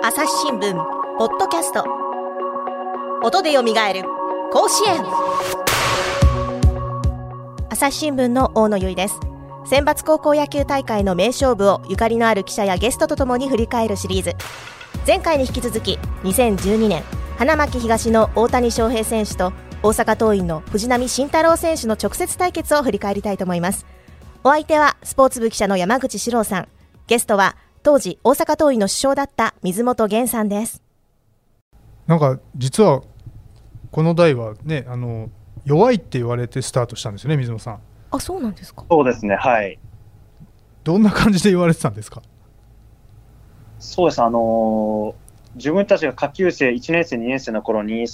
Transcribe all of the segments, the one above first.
朝日新聞ポッドキャスト、音でよみがえる甲子園。朝日新聞の大野由依です。選抜高校野球大会の名勝負をゆかりのある記者やゲストとともに振り返るシリーズ。前回に引き続き2012年花巻東の大谷翔平選手と大阪桐蔭の藤浪晋太郎選手の直接対決を振り返りたいと思います。お相手はスポーツ部記者の山口史郎さん、ゲストは当時大阪桐蔭の主将だった水本源さんです。 なんか実はこの代はね、弱いって言われてスタートしたんですよね、水本さん。 あ、そうなんですか。 そうですね、はい。 どんな感じで言われてたんですか。 そうです。自分たちが下級生1年生2年生の頃に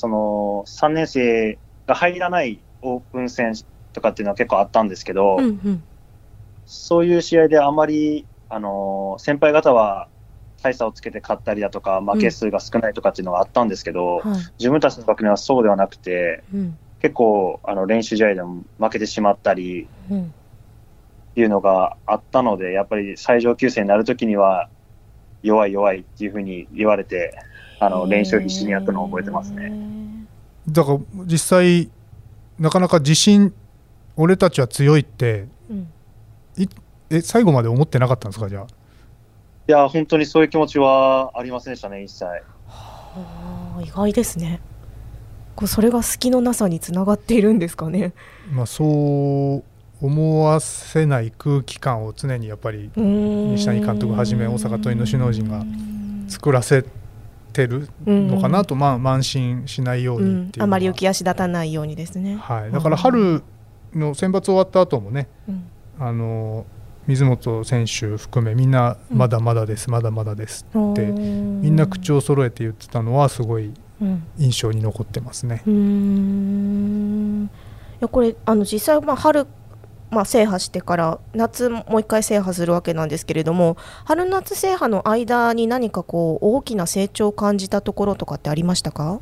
3年生が入らないオープン戦とかっていうのは結構あったんですけど、そういう試合であまり先輩方は大差をつけて勝ったりだとか負け数が少ないとかっていうのがあったんですけど、自分たちの学年はそうではなくて、結構練習試合でも負けてしまったりっていうのがあったので、やっぱり最上級生になるときには弱いっていうふうに言われて練習を必死にやったのを覚えてますね。 だから実際なかなか自信、俺たちは強いって、最後まで思ってなかったんですか。じゃあいや本当にそういう気持ちはありませんでしたね、一切。 意外ですね。それが隙のなさにつながっているんですかね。 そう思わせない空気感を常にやっぱり西谷監督はじめ大阪桐蔭の首脳陣が作らせてるのかなと、慢心しないようにっていう、 あまり浮き足立たないようにですね。 はい、だから春の選抜終わった後もね、水本選手含めみんなまだまだです、まだまだですってみんな口を揃えて言ってたのはすごい印象に残ってますね。 いやこれ実際春、制覇してから夏もう一回制覇するわけなんですけれども、春夏制覇の間に何か大きな成長を感じたところとかってありましたか。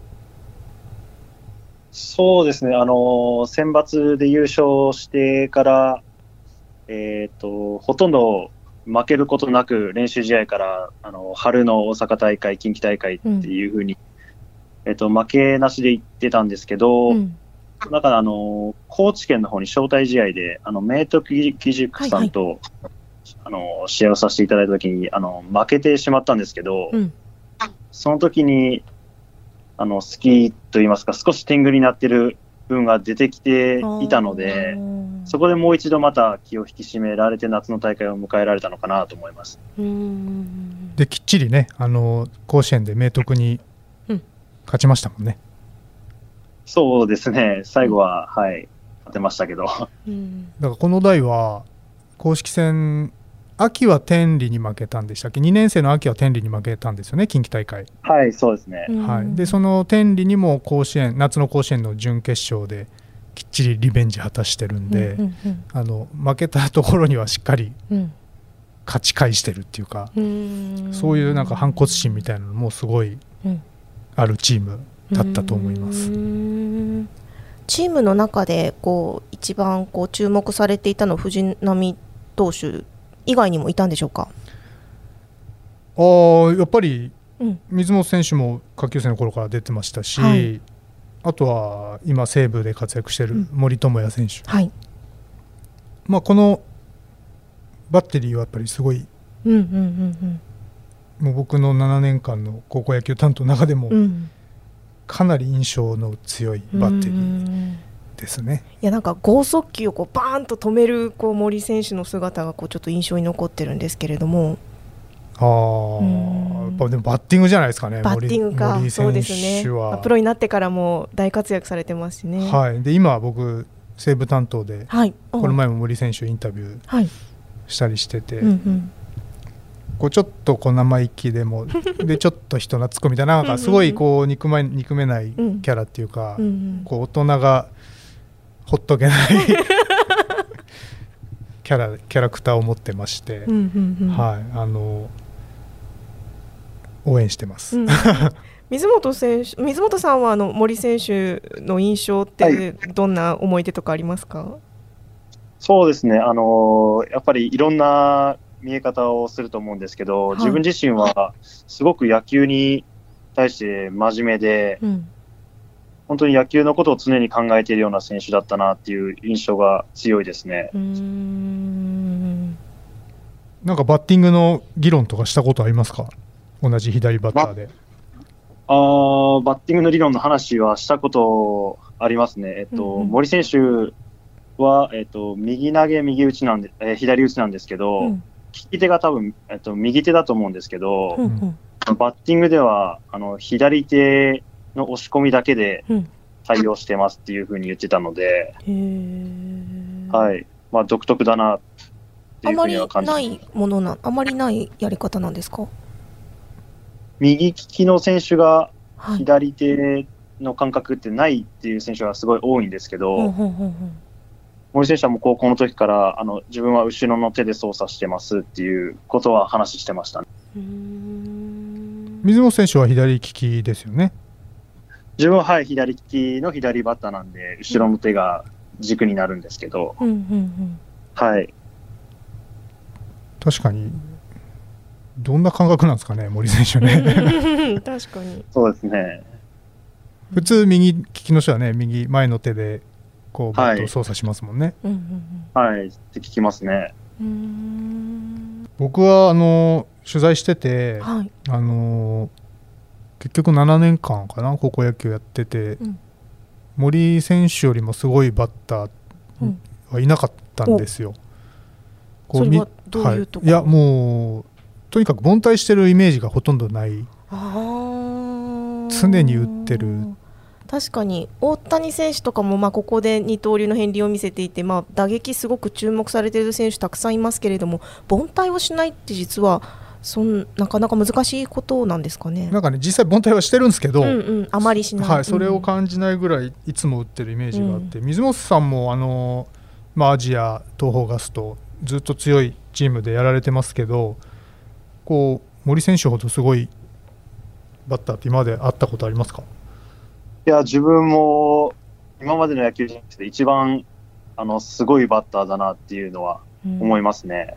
そうですね、選抜で優勝してからほとんど負けることなく練習試合から春の大阪大会近畿大会っていう風に、負けなしで行ってたんですけど、だから高知県の方に招待試合で明徳義塾さんと、試合をさせていただいた時に負けてしまったんですけど、その時に好きと言いますか少し天狗になってる部分が出てきていたので、そこでもう一度また気を引き締められて夏の大会を迎えられたのかなと思います。 できっちりね甲子園で明徳に勝ちましたもんね。 そうですね、最後は、勝てましたけど、だからこの代は公式戦秋は天理に負けたんでしたっけ。2年生の秋は天理に負けたんですよね、近畿大会。 はいそうですね、 でその天理にも夏の甲子園の準決勝できっちりリベンジ果たしてるんで、負けたところにはしっかり勝ち返してるっていうか、そういうなんか反骨心みたいなのもすごいあるチームだったと思います。 チームの中で一番注目されていたのは藤浪投手以外にもいたんでしょうか。 やっぱり水本選手も下級生の頃から出てましたし、あとは今西武で活躍している森友哉選手、このバッテリーはやっぱりすごい、もう僕の7年間の高校野球担当の中でもかなり印象の強いバッテリーですね。 いやなんか剛速球をバーンと止める森選手の姿がちょっと印象に残ってるんですけれども、 やっぱでもバッティングじゃないですかね。 バッティングか。 森選手はそうですね、プロになってからも大活躍されてますしね。 で今僕西武担当で、この前も森選手インタビューしたりしてて、ちょっと生意気でもでちょっと人懐っこみたいな、なんかすごい憎めないキャラっていうか、大人がほっとけないキャラクターを持ってまして、応援してます。 水本さんは森選手の印象ってどんな思い出とかありますか。 そうですね、やっぱりいろんな見え方をすると思うんですけど、自分自身はすごく野球に対して真面目で、本当に野球のことを常に考えているような選手だったなっていう印象が強いですね。 なんかバッティングの議論とかしたことありますか？同じ左バッターで。 バッティングの理論の話はしたことありますね。森選手は、右投げ右打ちなんで、左打ちなんですけど、利き手が多分、右手だと思うんですけど、バッティングでは左手の押し込みだけで対応してますっていうふうに言ってたので、はい、独特だなっていうふうには感じます。 あまりないやり方なんですか？ 右利きの選手が左手の感覚ってないっていう選手がすごい多いんですけど、森選手はもう高校の時から自分は後ろの手で操作してますっていうことは話してましたね。 水本選手は左利きですよね。 自分は左利きの左バッターなんで後ろの手が軸になるんですけど、はい。 確かにどんな感覚なんですかね、森選手ね。 確かにそうですね。 普通右利きの人はね、右前の手でこうバットを操作しますもんね。 はいって聞きますね。 僕は取材してて、結局7年間かな、高校野球やってて、森選手よりもすごいバッターはいなかったんですよ。 それはどういうところ？ いやもうとにかく凡退してるイメージがほとんどない。常に打ってる。 確かに大谷選手とかもここで二刀流の片鱗を見せていて、打撃すごく注目されている選手たくさんいますけれども、凡退をしないって実はなかなか難しいことなんですかね。 なんかね、実際凡退はしてるんですけど、 あまりしない、 それを感じないぐらいいつも打ってるイメージがあって、水本さんもアジア東邦ガスとずっと強いチームでやられてますけど、こう森選手ほどすごいバッターって今まで会ったことありますか？ いや、自分も今までの野球人生で一番すごいバッターだなっていうのは思いますね。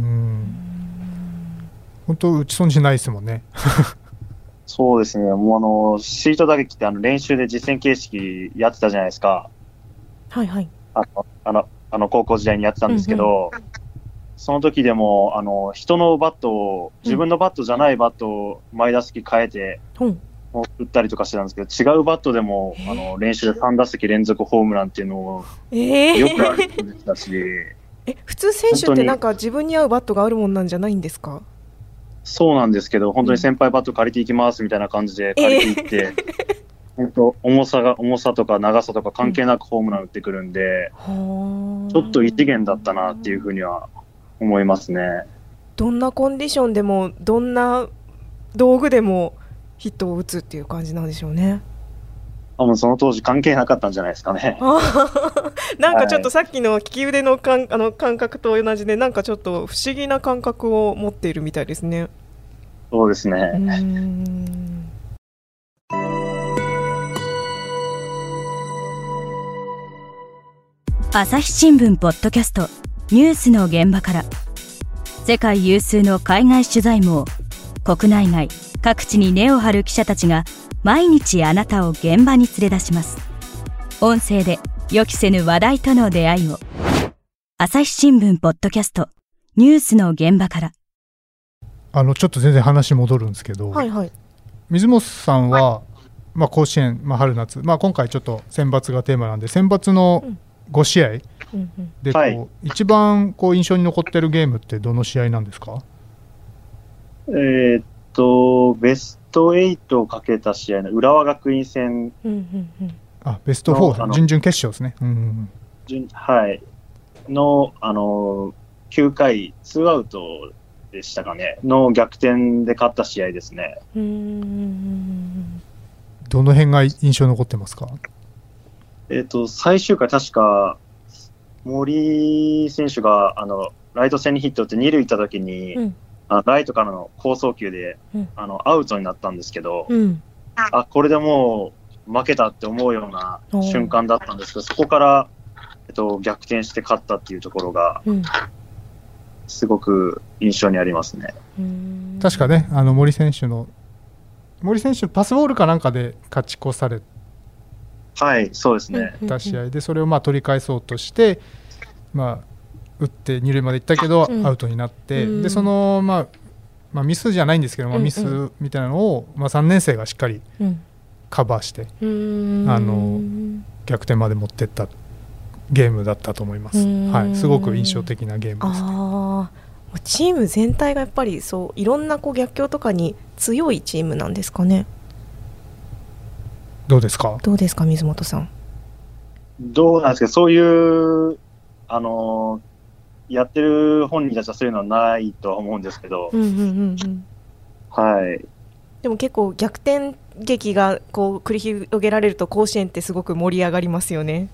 本当打ち損じないですもんね。 そうですね。もうシート打撃って練習で実戦形式やってたじゃないですか。 はいはい。 高校時代にやってたんですけど、その時でも人のバットを、自分のバットじゃないバットを前打席変えて、打ったりとかしてたんですけど、違うバットでも練習で3打席連続ホームランっていうのをよくあることでしたし、 普通選手ってなんか自分に合うバットがあるもんなんじゃないんですか？ そうなんですけど、本当に先輩バット借りていきますみたいな感じで借りていって、本当重さとか長さとか関係なくホームラン打ってくるんで、ちょっと異次元だったなっていうふうには思いますね。 どんなコンディションでもどんな道具でもヒットを打つっていう感じなんでしょうね。 その当時関係なかったんじゃないですかね。 なんかちょっとさっきの利き腕の感覚と同じで、なんかちょっと不思議な感覚を持っているみたいですね。 そうですね。 朝日新聞ポッドキャストニュースの現場から、世界有数の海外取材網、国内外各地に根を張る記者たちが毎日あなたを現場に連れ出します。音声で予期せぬ話題との出会いを。朝日新聞ポッドキャストニュースの現場から。 ちょっと全然話戻るんですけど、水本さんは、甲子園、春夏、今回ちょっと選抜がテーマなんで、選抜の5試合で一番印象に残ってるゲームってどの試合なんですか？ ベスト8をかけた試合の浦和学院戦、 ベスト4、準々決勝ですね。 の9回ツーアウトでしたかねの逆転で勝った試合ですね。 どの辺が印象に残ってますか？ 最終回確か森選手がライト線にヒットって2塁行った時に、ライトからの好送球で、アウトになったんですけど、これでもう負けたって思うような瞬間だったんですけど、そこから、逆転して勝ったっていうところが、 すごく印象にありますね。 確かね、森選手パスボールかなんかで勝ち越されはいそうですね。 た試合で、それを取り返そうとして、打って二塁まで行ったけどアウトになって、でそのミスじゃないんですけど、ミスみたいなのを、3年生がしっかりカバーして、逆転まで持っていったゲームだったと思います。はい、すごく印象的なゲームですね。 チーム全体がやっぱりそういろんな逆境とかに強いチームなんですかね。 どうですか水本さん。どうなんですか、そういうやってる本人たちはそういうのはないとは思うんですけど、はい。 でも結構逆転劇が繰り広げられると甲子園ってすごく盛り上がりますよね。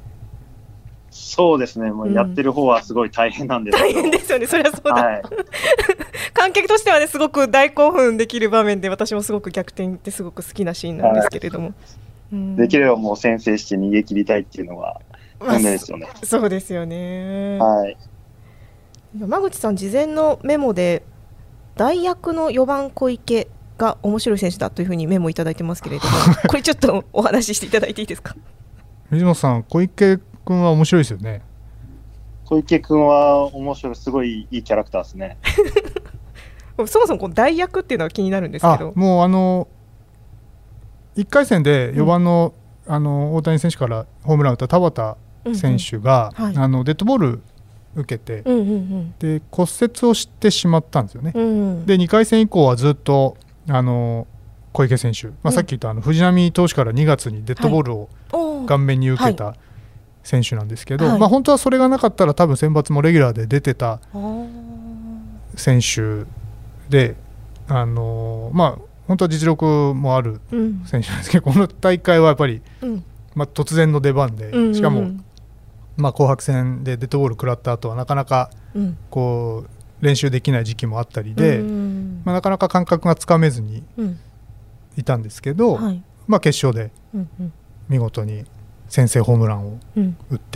そうですね、やってる方はすごい大変なんですけど、 大変ですよね、そりゃそうだ、はい、観客としてはねすごく大興奮できる場面で、私もすごく逆転ってすごく好きなシーンなんですけれども、 できればもう先制して逃げ切りたいっていうのが本音ですよね。 そうですよね。 はい。 山口さん、事前のメモで代役の4番小池が面白い選手だというふうにメモいただいてますけれどもこれちょっとお話ししていただいていいですか。 水本さん、小池君は面白いですよね。 小池君は面白い、すごいいいキャラクターですね。 そもそも代役っていうのは気になるんですけど、 もう1回戦で4番の、大谷選手からホームランを打った田畑選手が、デッドボール受けて、で骨折をしてしまったんですよね。で2回戦以降はずっと小池選手、さっき言った藤浪投手から2月にデッドボールを顔面に受けた選手なんですけど、本当はそれがなかったら多分選抜もレギュラーで出てた選手で、本当は実力もある選手なんですけど、この大会はやっぱり、突然の出番で、しかも、紅白戦でデッドボール食らった後はなかなか練習できない時期もあったりで、なかなか感覚がつかめずにいたんですけど、決勝で見事に先制ホームランを打って、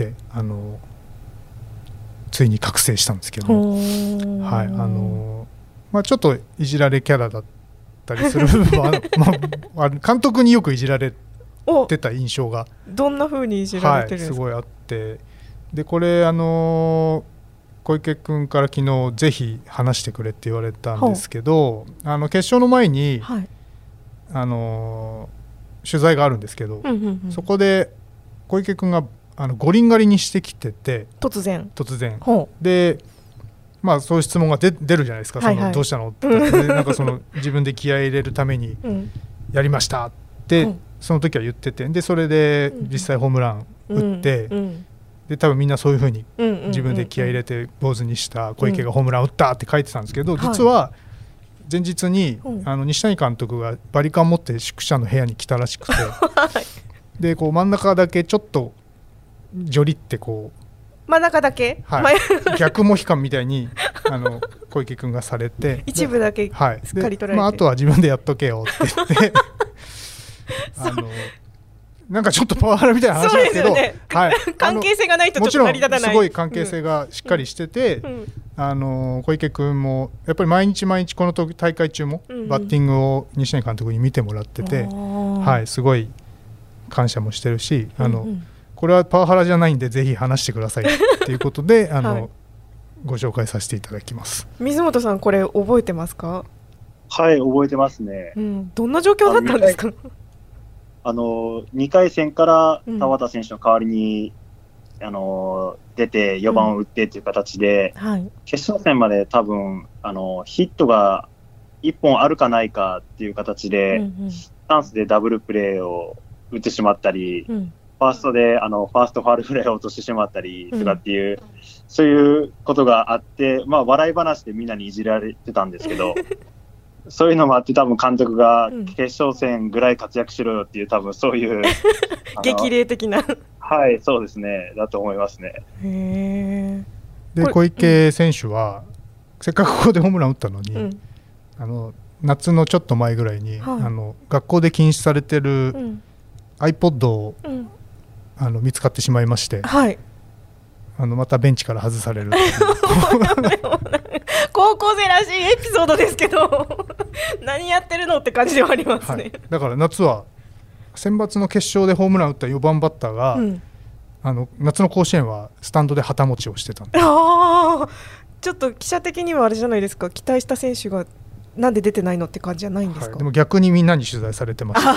ついに覚醒したんですけど、ちょっといじられキャラだったりする部分は監督によくいじられてた印象が、 どんな風にいじられてるんですか。 すごいあって、でこれ小池君から昨日ぜひ話してくれって言われたんですけど、決勝の前に、取材があるんですけど、そこで小池君が五輪狩りにしてきてて、 突然で、そういう質問が出るじゃないですか、どうしたのってなんか自分で気合い入れるためにやりましたって、その時は言ってて、でそれで実際ホームラン打って、で多分みんなそういう風に自分で気合い入れて坊主にした小池がホームラン打ったって書いてたんですけど、実は前日に西谷監督がバリカン持って宿舎の部屋に来たらしくてで真ん中だけちょっとジョリって真ん中だけ、 逆モヒカンみたいに小池君がされて一部だけすっかり取られて、 あとは自分でやっとけよって言ってなんかちょっとパワハラみたいな話なんですけど、 関係性がないとちょっと成り立たない。 もちろんすごい関係性がしっかりしてて、小池君もやっぱり毎日この大会中もバッティングを西谷監督に見てもらってて、すごい感謝もしてるし、これはパワハラじゃないんでぜひ話してくださいっていうことでご紹介させていただきます。 水本さん、これ覚えてますか。 はい、覚えてますね。 どんな状況だったんですか。 2回戦から田畑選手の代わりに、出て4番を打ってという形で、決勝戦まで多分ヒットが1本あるかないかっていう形で、チャンスでダブルプレーを打ってしまったり、ファーストでファーストファウルフライを落としてしまったりとかっていう、そういうことがあって、笑い話でみんなにいじられてたんですけどそういうのもあって多分監督が決勝戦ぐらい活躍しろよっていう、多分そういう激励的なはいそうですねだと思いますね。 で小池選手は、せっかくここでホームラン打ったのに、夏のちょっと前ぐらいに、学校で禁止されてる、iPod を見つかってしまいまして、 またベンチから外されるっていう高校生らしいエピソードですけど何やってるのって感じではありますね、 だから夏は選抜の決勝でホームラン打った4番バッターが、夏の甲子園はスタンドで旗持ちをしてたんで、 ちょっと記者的にはあれじゃないですか、期待した選手がなんで出てないのって感じじゃないんですか。 でも逆にみんなに取材されてました、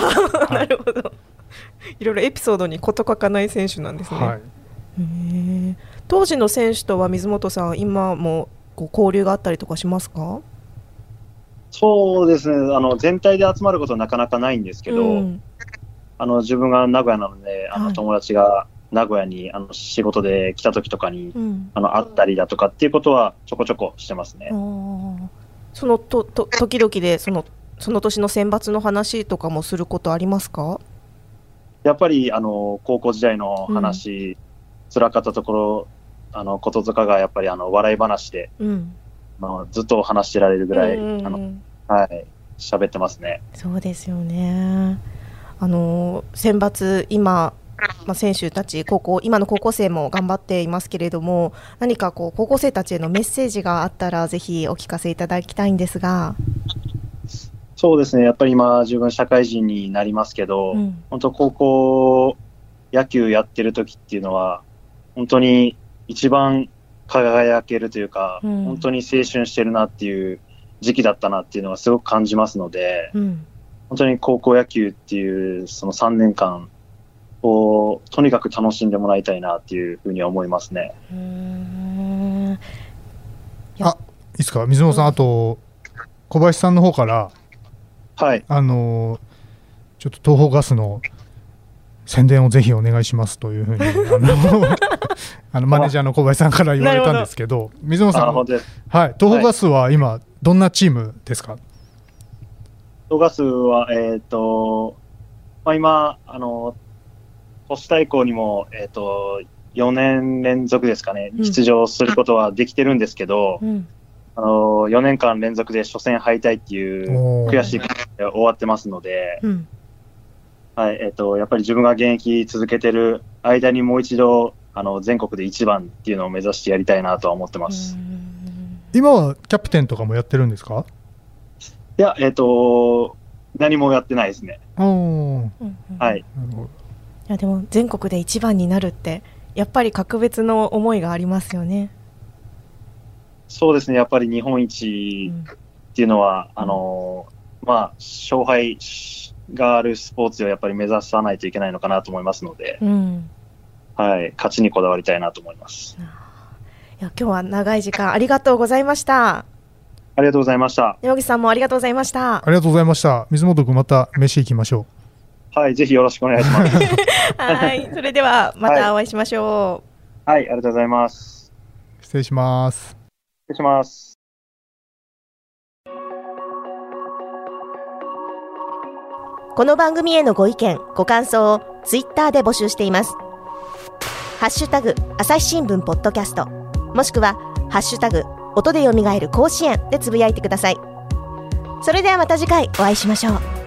なるほど、いろいろエピソードに事欠かない選手なんですね、当時の選手とは水本さん今も交流があったりとかしますか。 そうですね、全体で集まることはなかなかないんですけど、自分が名古屋なので友達が名古屋に仕事で来た時とかに、会ったりだとかっていうことはちょこちょこしてますね。 その時々でその年の選抜の話とかもすることありますか。 やっぱり高校時代の話、辛かったところこととかがやっぱり笑い話で、ずっと話してられるぐらい喋ってますね。 そうですよね。選抜今、選手たち今の高校生も頑張っていますけれども、何か高校生たちへのメッセージがあったらぜひお聞かせいただきたいんですが。 そうですね、やっぱり今自分社会人になりますけど、本当高校野球やってる時っていうのは本当に一番輝けるというか、本当に青春してるなっていう時期だったなっていうのはすごく感じますので、本当に高校野球っていうその3年間をとにかく楽しんでもらいたいなっていうふうには思いますね。 いいですか、水本さん、あと小林さんの方から、ちょっと東邦ガスの宣伝をぜひお願いしますというふうにマネージャーの小林さんから言われたんですけど、水本さん、東邦ガスは今どんなチームですか。 東ガスは、今都市対抗にも、4年連続ですかね、出場することはできてるんですけど、4年間連続で初戦敗退っていう悔しい結果で終わってますので、やっぱり自分が現役続けてる間にもう一度全国で一番っていうのを目指してやりたいなとは思ってます。 今はキャプテンとかもやってるんですか。 いや、何もやってないですね。 いやでも全国で一番になるってやっぱり格別の思いがありますよね。 そうですね、やっぱり日本一っていうのは、勝敗があるスポーツをやっぱり目指さないといけないのかなと思いますので、勝ちにこだわりたいなと思います。 いや今日は長い時間ありがとうございました。 ありがとうございました。 山口さんもありがとうございました。 ありがとうございました。水本君また飯行きましょう。はい、ぜひよろしくお願いします。 はい、それではまたお会いしましょう。はい、ありがとうございます。 失礼します。 失礼します。 この番組へのご意見、ご感想をツイッターで募集しています。ハッシュタグ朝日新聞ポッドキャスト、もしくはハッシュタグ音でよみがえる甲子園でつぶやいてください。それではまた次回お会いしましょう。